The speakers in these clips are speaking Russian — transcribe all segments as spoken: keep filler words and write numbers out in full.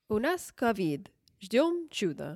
У нас ковид. Ждем чуда.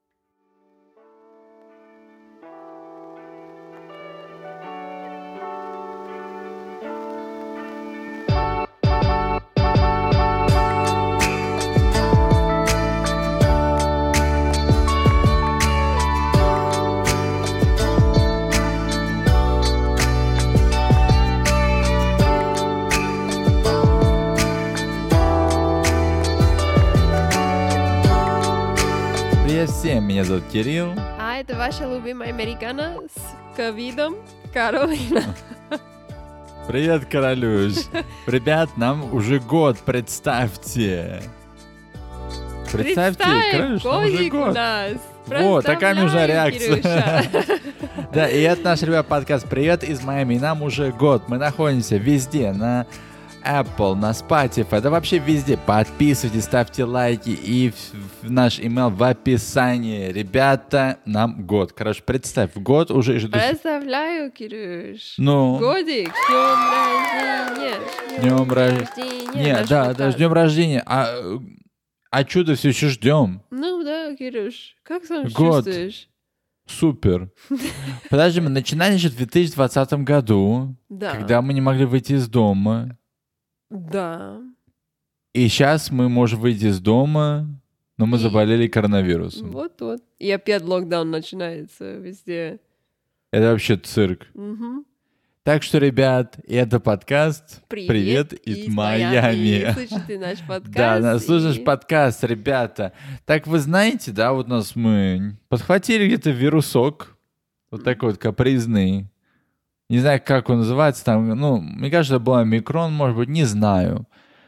Привет всем, меня зовут Кирилл. А это ваша любимая американо с ковидом Каролина. Привет, Королюш. Ребят, нам уже год, представьте. Представьте, Королюш, нам уже годик у год. нас. Вот, такая нужна Поздравляю, реакция. Кирюша. Да, и это наш, ребят, подкаст «Привет из Майами». Нам уже год, мы находимся везде, на Apple, на Spotify, да вообще везде. Подписывайтесь, ставьте лайки и в- в наш email в описании. Ребята, нам год. Короче, представь, год уже жду. Поздравляю, Кирюш. Ну, Годик, с днем рождения. с Днем рождения. рождения, Нет, наш да, да, подкаст. ждем рождения. А, э, а чудо все еще ждем. Ну да, Кирюш, как сам Год. чувствуешь? Супер. Подожди, мы начинали еще в две тысячи двадцатом году, Да. когда мы не могли выйти из дома. Да. И сейчас мы можем выйти из дома, но мы И- заболели коронавирусом. Вот-вот. И опять локдаун начинается везде. Это вообще цирк. Мгм. Так что, ребят, это подкаст Привет, из Майами. Слушайте наш подкаст. Да, да, слушаешь и- подкаст, ребята. Так вы знаете, да, вот нас мы подхватили где-то вирусок, вот такой вот капризный. Не знаю, как он называется там, ну, мне кажется, это был омикрон, может быть, не знаю.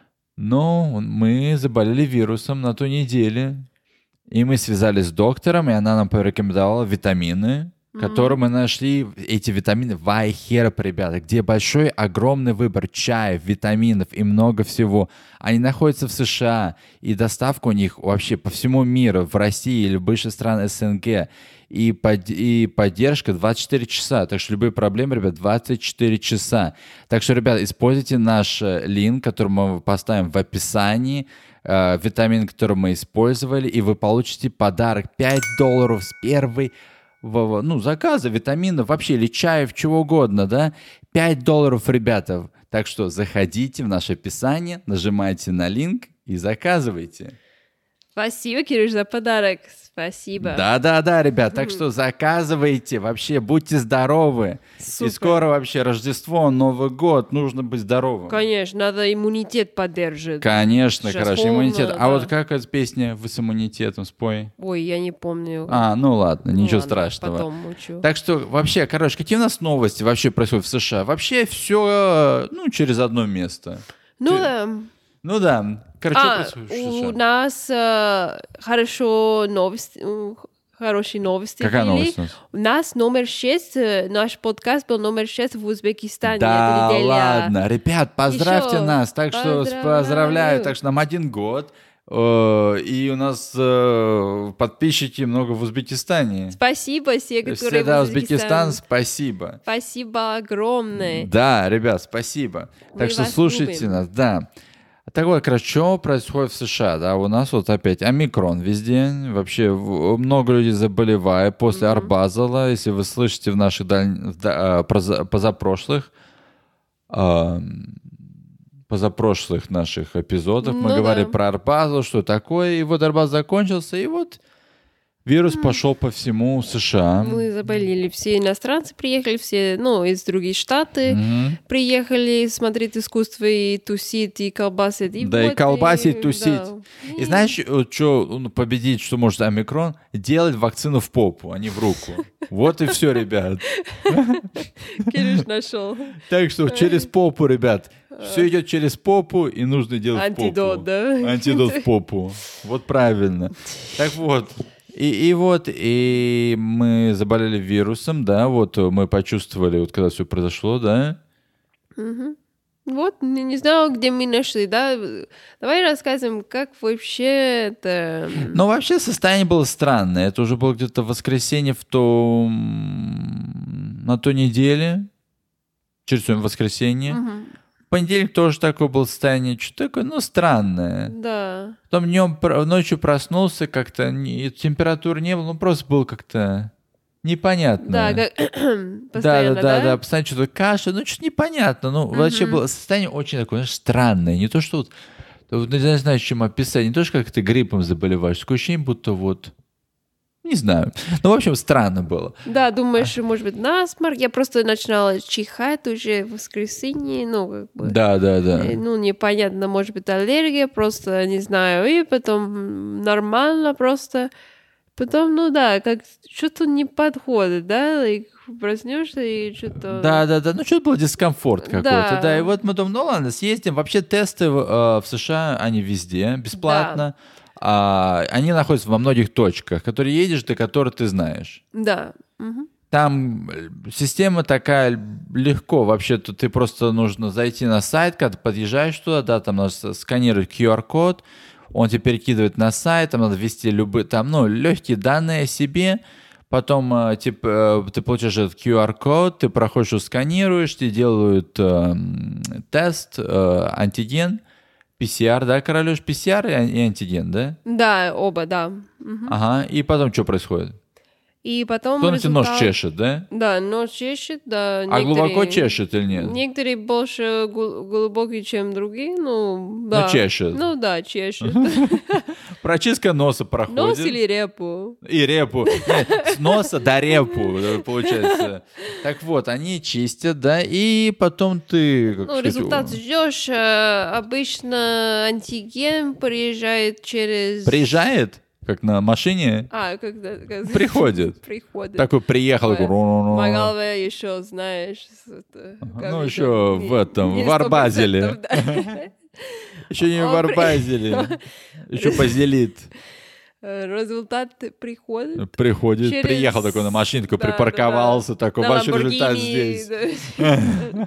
Но мы заболели вирусом на той неделе, и мы связались с доктором, и она нам порекомендовала витамины, которые мы нашли, эти витамины в iHerb, ребята, где большой, огромный выбор чаев, витаминов и много всего. Они находятся в США, и доставка у них вообще по всему миру, в России или в бывших странах СНГ, и, под- и поддержка двадцать четыре часа. Так что любые проблемы, ребят, двадцать четыре часа. Так что, ребят, используйте наш э, линк, который мы поставим в описании, э, витамин, который мы использовали, и вы получите подарок пять долларов с первой в- в- ну, заказа витаминов, вообще, или чаев, чего угодно, да, пять долларов, ребята. Так что заходите в наше описание, нажимайте на линк и заказывайте. Спасибо, Кирюш, за подарок. Спасибо. Да-да-да, ребят, так что заказывайте, вообще, будьте здоровы. Супер. И скоро вообще Рождество, Новый год, нужно быть здоровым. Конечно, надо иммунитет поддерживать. Конечно, Сейчас хорошо, холодно, иммунитет. А да. вот как эта песня «Вы с иммунитетом» спой? Ой, я не помню. А, ну ладно, Ну ничего ладно, страшного. Потом учу. Так что вообще, короче, какие у нас новости вообще происходят в США? Вообще все, ну, через одно место. Ну ты- да. Ну да, короче, что А, происходит в у США? нас э, хорошо новости, э, хорошие новости Какая были. новость у нас? У нас номер шесть, э, наш подкаст был номер шесть в Узбекистане. Да эта неделя. ладно, ребят, поздравьте Ещё нас. Так что с- поздравляю. поздравляю. Так что нам один год. э, И у нас э, подписчики много в Узбекистане. Спасибо все, которые Всегда в Узбекистан, Узбекистане. спасибо. Спасибо огромное. Да, ребят, спасибо. Мы Так что вас слушайте любим. нас, да. Так вот, короче, что происходит в США, да, у нас вот опять омикрон везде, вообще в- много людей заболевают после Мгм. Арбазала, если вы слышите в наших даль... в да- а, проза- позапрошлых, а, позапрошлых наших эпизодах мы Ну говорили да. про Арбазал, что такое, и вот Арбаз закончился, и вот вирус пошел по всему США. Мы заболели. Все иностранцы приехали, все, ну, из других штатов Мгм. приехали смотреть искусство и тусить, и колбасить. И Да, и вот, колбасить, и- тусить. да. И знаешь, что победить, что может омикрон? Делать вакцину в попу, а не в руку. Вот и все, ребят. Кирюш нашел. Так что через попу, ребят. Все идет через попу, и нужно делать в попу. Антидот, да? Антидот в попу. Вот правильно. Так вот. И, и вот, и мы заболели вирусом, да, вот мы почувствовали, вот когда все произошло, да. Мгм. Вот, не, не знаю, где мы нашли, да? Давай рассказываем, как вообще это... Но вообще состояние было странное. Это уже было где-то в воскресенье в том... на той неделе. Через сегодня воскресенье. Мгм. понедельник тоже такое было состояние, что такое, ну, странное. Да. Потом днем, ночью проснулся, как-то не, температуры не было, ну, просто было как-то непонятно. Да, как Да, постоянно, да, да, да? да, постоянно что-то каша, ну, что-то непонятно. Ну, вообще Мгм. было состояние очень такое, знаешь, странное. Не то, что вот, вот не знаю, чем описать, не то, что как ты гриппом заболеваешь, такое ощущение, будто вот, не знаю. Ну, в общем, странно было. Да, думаешь, может быть, насморк. Я просто начинала чихать уже в воскресенье, ну, как бы. Да, да, да. э, Ну, непонятно, может быть, аллергия, просто не знаю. И потом м, нормально просто. Потом, ну да, как что-то не подходит, да, и проснешься и что-то... Да, да, да. Ну, что-то был дискомфорт какой-то. Да. Да. И вот мы думаем, ну ладно, съездим. Вообще тесты в, э, в США, они везде, бесплатно. А, они находятся во многих точках, которые едешь, до которых ты знаешь. Да. Мгм. Там э, система такая легко. Вообще-то ты просто нужно зайти на сайт, когда ты подъезжаешь туда, да, там надо сканировать ку ар-код, он тебе перекидывает на сайт, там надо ввести любые, там, ну, легкие данные о себе, потом э, типа, э, ты получаешь этот ку ар-код, ты проходишь, его сканируешь, тебе делают э, тест, э, антиген, пи си ар, да, королёш, пи си ар и, ан- и антиген, да? Да, оба, да. Мгм. Ага, и потом что происходит? И потом Кто на тебе нос результат- чешет, да? Да, нос чешет, да. А глубоко некоторые- чешет или нет? Некоторые больше гу- глубокие, чем другие, ну, да. чешет. Ну, да, чешет. Прочистка носа проходит. Нос или репу? И репу. Нет, с носа до репу, э, получается. Так вот, они чистят, да, и потом ты... как Ну, сказать, результат о, ждешь. э, Обычно антиген приезжает через... Приезжает, как на машине, А, когда... когда- приходит. Приходит. Такой приехал, Ой, такой... В «Ру-ру-ру». моей голове еще, знаешь... это, Ага, как ну, это, еще не- в этом, не в Арбазеле. сто процентов, да. Еще не в Он при- Арбазеле. Еще базилит. Э, Результат приходит. Приходит, Через- приехал такой на машине, такой Да, да, припарковался, такой, На ваш результат Lamborghini, здесь. да.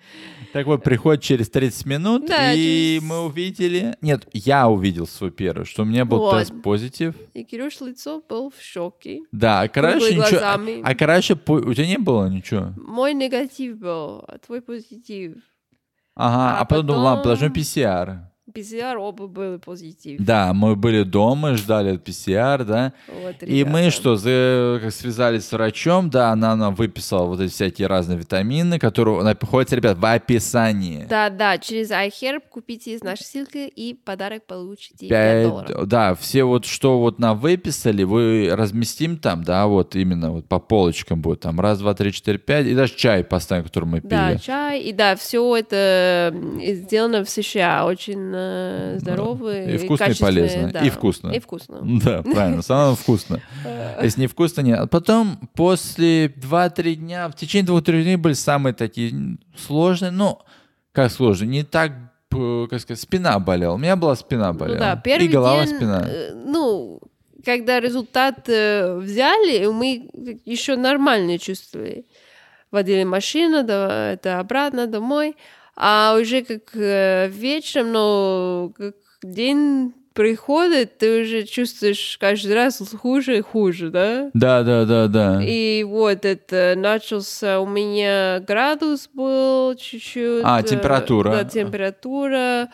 Так вот, приходит через тридцать минут, Да, и через- мы увидели... Нет, я увидел свой первый, что у меня был Вот. тест позитив. И Кирюш лицо был в шоке. Да, а короче, Круглые ничего... глазами. А короче, по- у тебя не было ничего? Мой негатив был, а твой позитив. Ага, а, А потом думал, ладно, потом- подождем пи си ар. пи си ар оба были позитив. Да, мы были дома, ждали пи си ар, да. Вот, И мы ребята. что, за- как связались с врачом, да, она нам выписала вот эти всякие разные витамины, которые находятся, ребят, в описании. Да, да, через iHerb купите наши ссылки и подарок получите пять Пять- долларов. да, все вот, что вот нам выписали, вы разместим там, да, вот именно вот по полочкам будет, там раз, два, три, четыре, пять, и даже чай поставим, который мы Да, пили. чай, и да, все это м, сделано в США, очень э, здоровый, И вкусно, и качественный, полезно, да. и вкусно. И вкусно. Да, правильно, самое вкусно. Если не вкусно, нет. А потом, после два-три дня, в течение двух-трех дней были самые такие сложные, ну, как сложные, не так, э, как сказать, спина болела. У меня была спина Ну болела. да, первый и голова, день, спина. э, ну, когда результат э, взяли, мы еще нормально чувствовали. Водили машину, да, это обратно домой. А уже как э, вечером, но как день приходит, ты уже чувствуешь каждый раз хуже и хуже, да? Да, да, да, да. И вот это начался у меня градус был чуть-чуть. А, э, температура. Да, температура.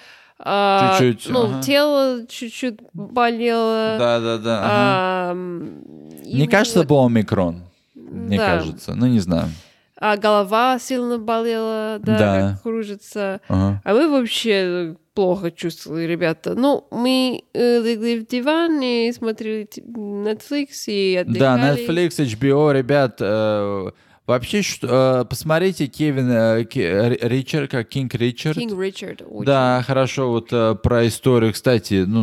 а, Чуть-чуть, ну, ага. тело чуть-чуть болело. Да, да, да. ага. А, м, и Мне кажется, вот- был омикрон. Мне Да. кажется. Ну, не знаю. А голова сильно болела, да, Да. как кружится. Ага. А мы вообще плохо чувствовали, ребята. Ну, мы э, легли в диван и смотрели т- Netflix и отдыхали. Да, Netflix, эйч би о, ребят, э, вообще, что, э, посмотрите Кевин э, Ки- Ри- Ричард, как Кинг Ричард. Кинг Ричард. очень. Да, хорошо, вот э, про историю, кстати, ну,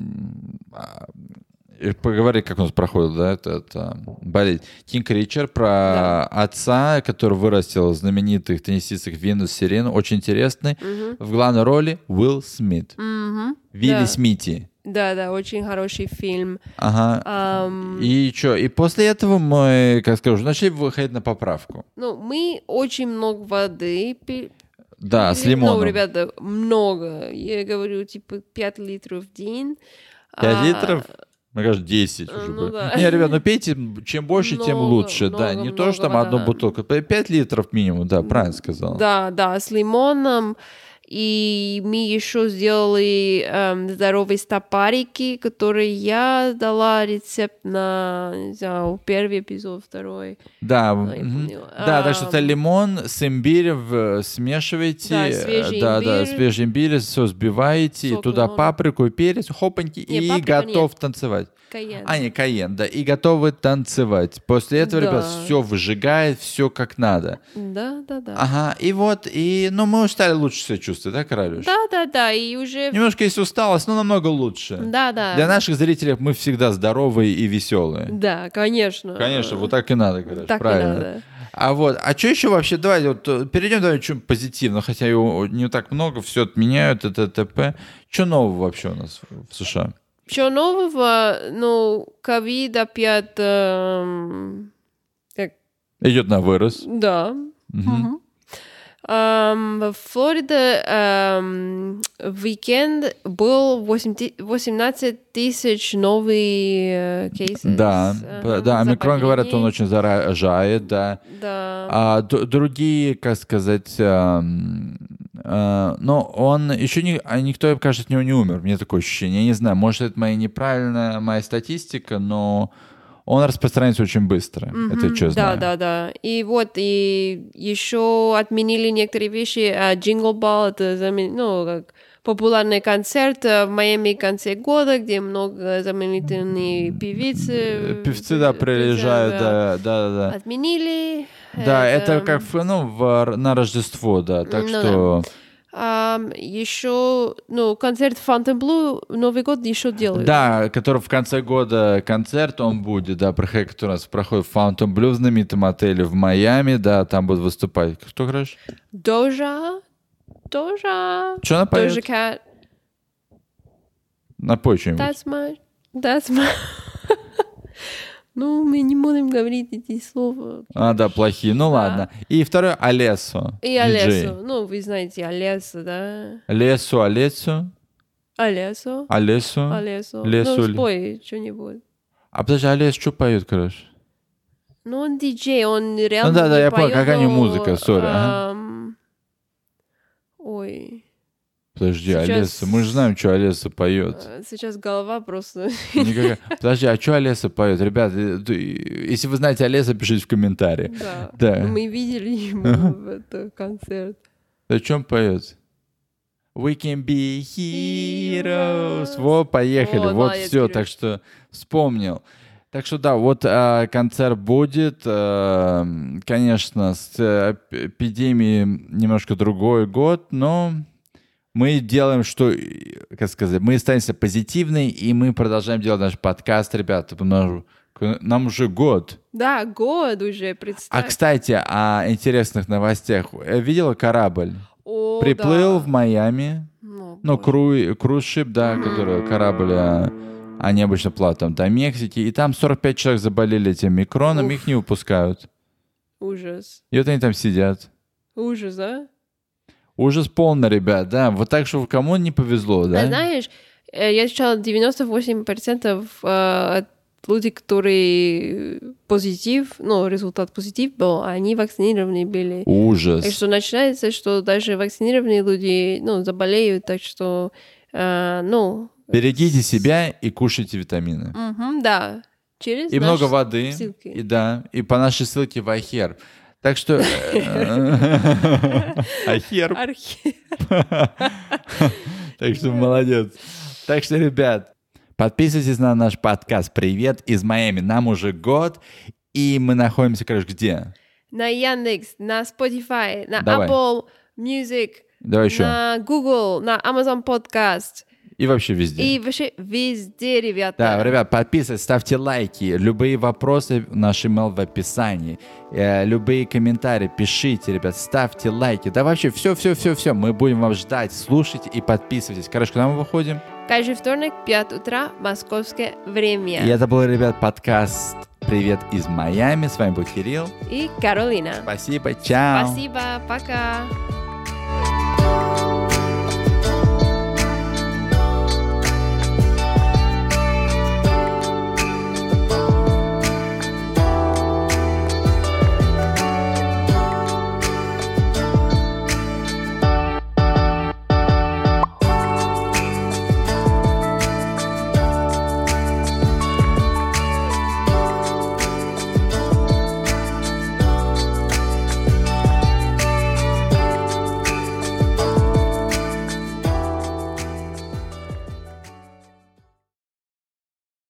м, а, и поговорить, как у нас проходит, да, это, это болезнь. Кинг Ричард про Да. отца, который вырастил знаменитых теннисисток Венус Сирену, очень интересный. Мгм. В главной роли Уилл Смит. Мгм. Вилли Да. Смити. Да, да, очень хороший фильм. Ага. Ам, И что? И после этого мы, как скажу, начали выходить на поправку. Ну, мы очень много воды пи- Да, с пили. лимоном. Ну, ребята, много. Я говорю, типа, пять литров в день. Пять А, литров? Мне кажется, десять э, уже ну будет. да. Не, ребят, ну пейте, чем больше, тем Много, лучше. да, много, не то, что там много одну вода. бутылку. Пять литров минимум, да, правильно сказал. Да, да, с лимоном. И мы еще сделали эм, здоровые стопарики, которые я дала рецепт на, не знаю, первый эпизод, второй. Да, Ну, я мгм. помню. Да, так что это Ам, лимон с имбирем в- смешиваете. Да, свежий да, да, имбирь. свежий имбирь, все взбиваете, и Сок туда лимона. паприку и перец, хопаньки, Не, и паприка готов танцевать. Кайен. А, не, кайен, да, и готовы танцевать. После этого, Да. ребят, все выжигает, все как надо. Да, да, да. Ага, и вот, и, ну, мы уже стали лучше себя чувствовать, да, Королюш? Да, да, да, и уже... Немножко есть усталость, но намного лучше. Да, да. Для наших зрителей мы всегда здоровые и веселые. Да, конечно. Конечно, вот так и надо, Королюш, Так и правильно. надо. А вот, а что еще вообще, давайте вот э, перейдем давай чуть позитивно, хотя его не так много, все отменяют, это т.п. Что нового вообще у нас в в США? Что нового? Ну, ковид опять... эм, как? Идет на вырос. Да. Мгм. Эм, в Флориде эм, в уикенд был восемнадцать тысяч новых э, кейсов. Да, Ага, да, омикрон, говорят, он заболеваний. очень заражает, да. Да. А д- другие, как сказать, эм, э, но он еще не, а никто, кажется, от него не умер. Мне такое ощущение. Я не знаю, может, это моя неправильная моя статистика, но он распространяется очень быстро. Это Мгм. что Да, знаю. да, да. И вот, и еще отменили некоторые вещи. А Jingle Ball — это замен- ну, как популярный концерт э, в Майами в конце года, где много знаменитых певиц. э, Певцы, да, певцы, приезжают, да, да, да. Отменили. Да, это как в- ну, в- на Рождество, да. Так Ну что еще, ну, концерт Fontainebleau Новый год еще делают. да, который в конце года концерт он будет, да, проходит, который у нас проходит в Fontainebleau, в знаменитом отеле в Майами, да, там будут выступать. Кто говоришь? Дожа. Дожа. Что она поет? Doja Cat. Напой что-нибудь. That's my... That's my... Ну, мы не можем говорить эти слова. А, да, плохие. Ну Да. ладно. И второй Алесо. И диджей. Алесо. Ну, вы знаете Алесо, да? Лесо, Алесо, Алесо. Алесо. Алесо. Лесо Ну, ли? спой что-нибудь. А подожди, Алес что поет, короче? Ну, он диджей, он реально Ну да, да, не я понял, поет, какая у него но, музыка, сори, ага. ам, Ой, Подожди, Сейчас- Алеса. Мы же знаем, что Алеса поет. э, сейчас голова просто... Никакая- Подожди, а что Алеса поет? Ребят, э, ты- если вы знаете Алеса, пишите в комментариях. Да. Да. Мы видели его в этот концерт. О чем поет? We can be heroes. Heroes. Вот, поехали. Вот, Вот молодец, все. Кирюш. Так что вспомнил. Так что да, вот а, концерт будет. а, конечно, с э, эп- эпидемией немножко другой год, но мы делаем, что, э, как сказать, мы остаемся позитивны, и мы продолжаем делать наш подкаст, ребята. Нам, нам уже год. Да, год уже, А, представь. кстати, о интересных новостях. Я видела корабль. О, Приплыл да. в Майами. Ну, Ну, боже. круй, круз-шип, да, который корабль, а, они обычно плавают там до Мексики, и там сорок пять человек заболели этим микроном, Уф. их не выпускают. Ужас. И вот они там сидят. Ужас, да? Ужас полный, ребят, да. Вот так, что кому не повезло, да? А знаешь, э, я читала девяносто восемь процентов э, от людей, которые позитив, ну, результат позитив был, они вакцинированы были. И Ужас. что начинается, что даже вакцинированные люди, ну, заболеют, так что, э, ну... Берегите себя и кушайте витамины. Мгм, да. Через И наши много воды. ссылки. И да, и по нашей ссылке в iHerb. Так что... iHerb. Архи- Так что молодец. Так что, ребят, подписывайтесь на наш подкаст «Привет из Майами». Нам уже год, и мы находимся, короче, где? На Яндекс, на Spotify, на Давай. Apple Music, Давай еще. на Google, на Amazon Podcast И вообще везде. и вообще везде, ребята. Да, ребят, подписывайтесь, ставьте лайки. Любые вопросы, наш email в описании. Э, любые комментарии пишите, ребят, ставьте лайки. Да вообще все-все-все-все. Мы будем вас ждать. Слушайте и подписывайтесь. Короче, когда мы выходим? Каждый вторник, пять утра, московское время. И это был, ребят, подкаст «Привет из Майами». С вами был Кирилл. И Каролина. Спасибо, чао. Спасибо, пока.